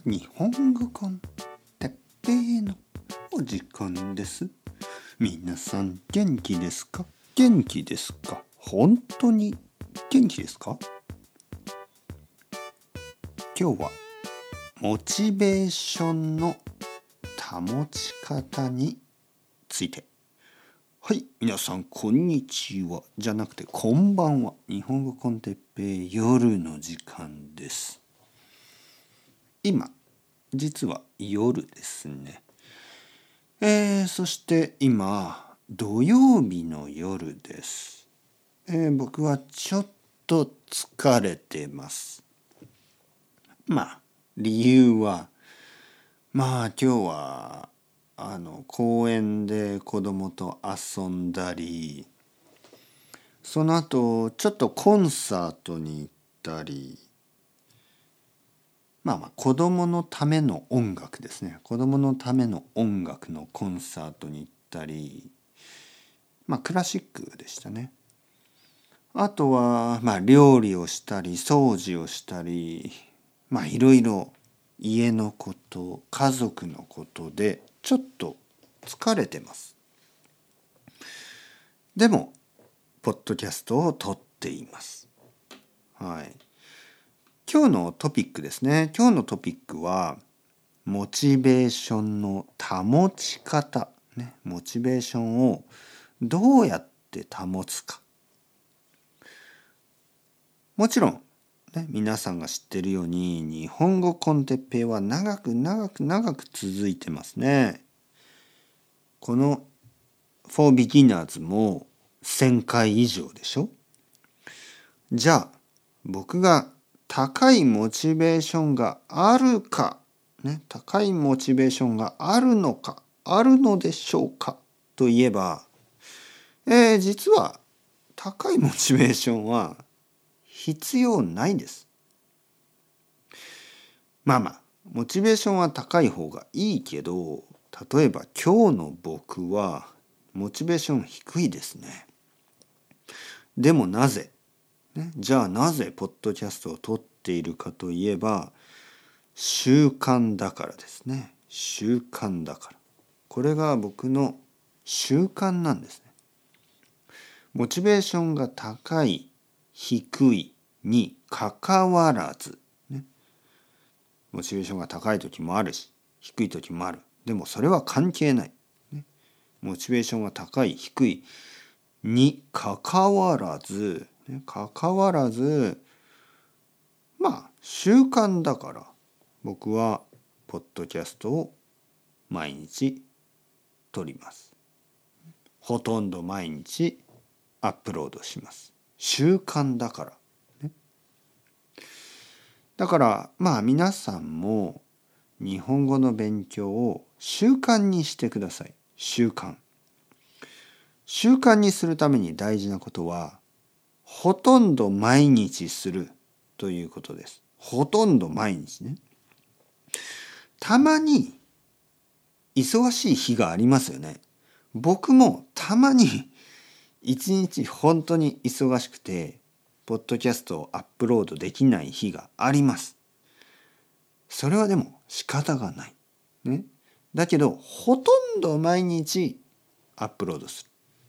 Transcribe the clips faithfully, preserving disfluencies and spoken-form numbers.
日本語コンテッペイのお時間です。皆さん元気ですか？元気ですか？本当に元気ですか？今日はモチベーションの保ち方について。はい、皆さんこんにちはじゃなくてこんばんは。日本語コンテッペイ夜の時間です。今実は夜ですね。えー、そして今土曜日の夜です。えー、僕はちょっと疲れてます。まあ理由はまあ今日はあの公園で子供と遊んだり、その後ちょっとコンサートに行ったり、まあまあ子供のための音楽ですね。子供のための音楽のコンサートに行ったり、まあクラシックでしたね。あとはまあ料理をしたり掃除をしたり、まあいろいろ家のこと、家族のことでちょっと疲れてます。でもポッドキャストを撮っています。はい。今日のトピックですね。今日のトピックはモチベーションの保ち方、ね、モチベーションをどうやって保つか。もちろん、ね、皆さんが知っているように日本語コンテッペイは長く長く長く続いてますね。この For Beginners もせんかい以上でしょ。じゃあ僕が高いモチベーションがあるか、ね、高いモチベーションがあるのか、あるのでしょうかといえば、えー、実は高いモチベーションは必要ないです。まあまあ、モチベーションは高い方がいいけど、例えば今日の僕はモチベーション低いですね。でもなぜね、じゃあなぜポッドキャストを撮っているかといえば、習慣だからですね。習慣だから。これが僕の習慣なんですね。モチベーションが高い、低いにかかわらず、ね、モチベーションが高い時もあるし、低い時もある。でもそれは関係ない。ね、モチベーションが高い、低いにかかわらず、かかわらず、まあ習慣だから僕はポッドキャストを毎日撮ります。ほとんど毎日アップロードします。習慣だから、ね。だからまあ皆さんも日本語の勉強を習慣にしてください。習慣。習慣にするために大事なことはほとんど毎日するということです。ほとんど毎日ね。たまに忙しい日がありますよね。僕もたまに一日本当に忙しくてポッドキャストをアップロードできない日があります。それはでも仕方がない。ね。だけどほとんど毎日アップロードする。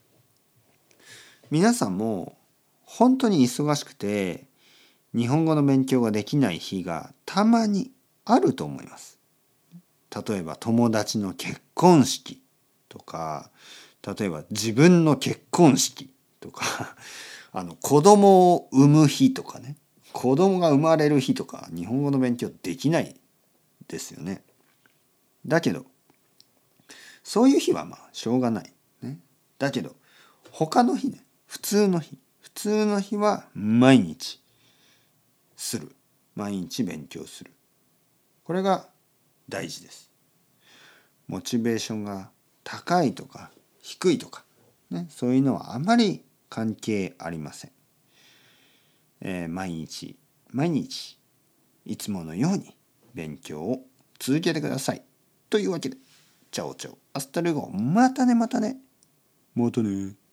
皆さんも本当に忙しくて日本語の勉強ができない日がたまにあると思います。例えば友達の結婚式とか、例えば自分の結婚式とか、あの子供を産む日とかね、子供が生まれる日とか日本語の勉強できないですよね。だけどそういう日はまあしょうがない、ね。だけど他の日ね、普通の日、普通の日は毎日する。毎日勉強する。これが大事です。モチベーションが高いとか低いとか、ね、そういうのはあまり関係ありません。えー、毎日毎日いつものように勉強を続けてください。というわけで、チャオチャオ、アスタルゴ、またねまたね。またね。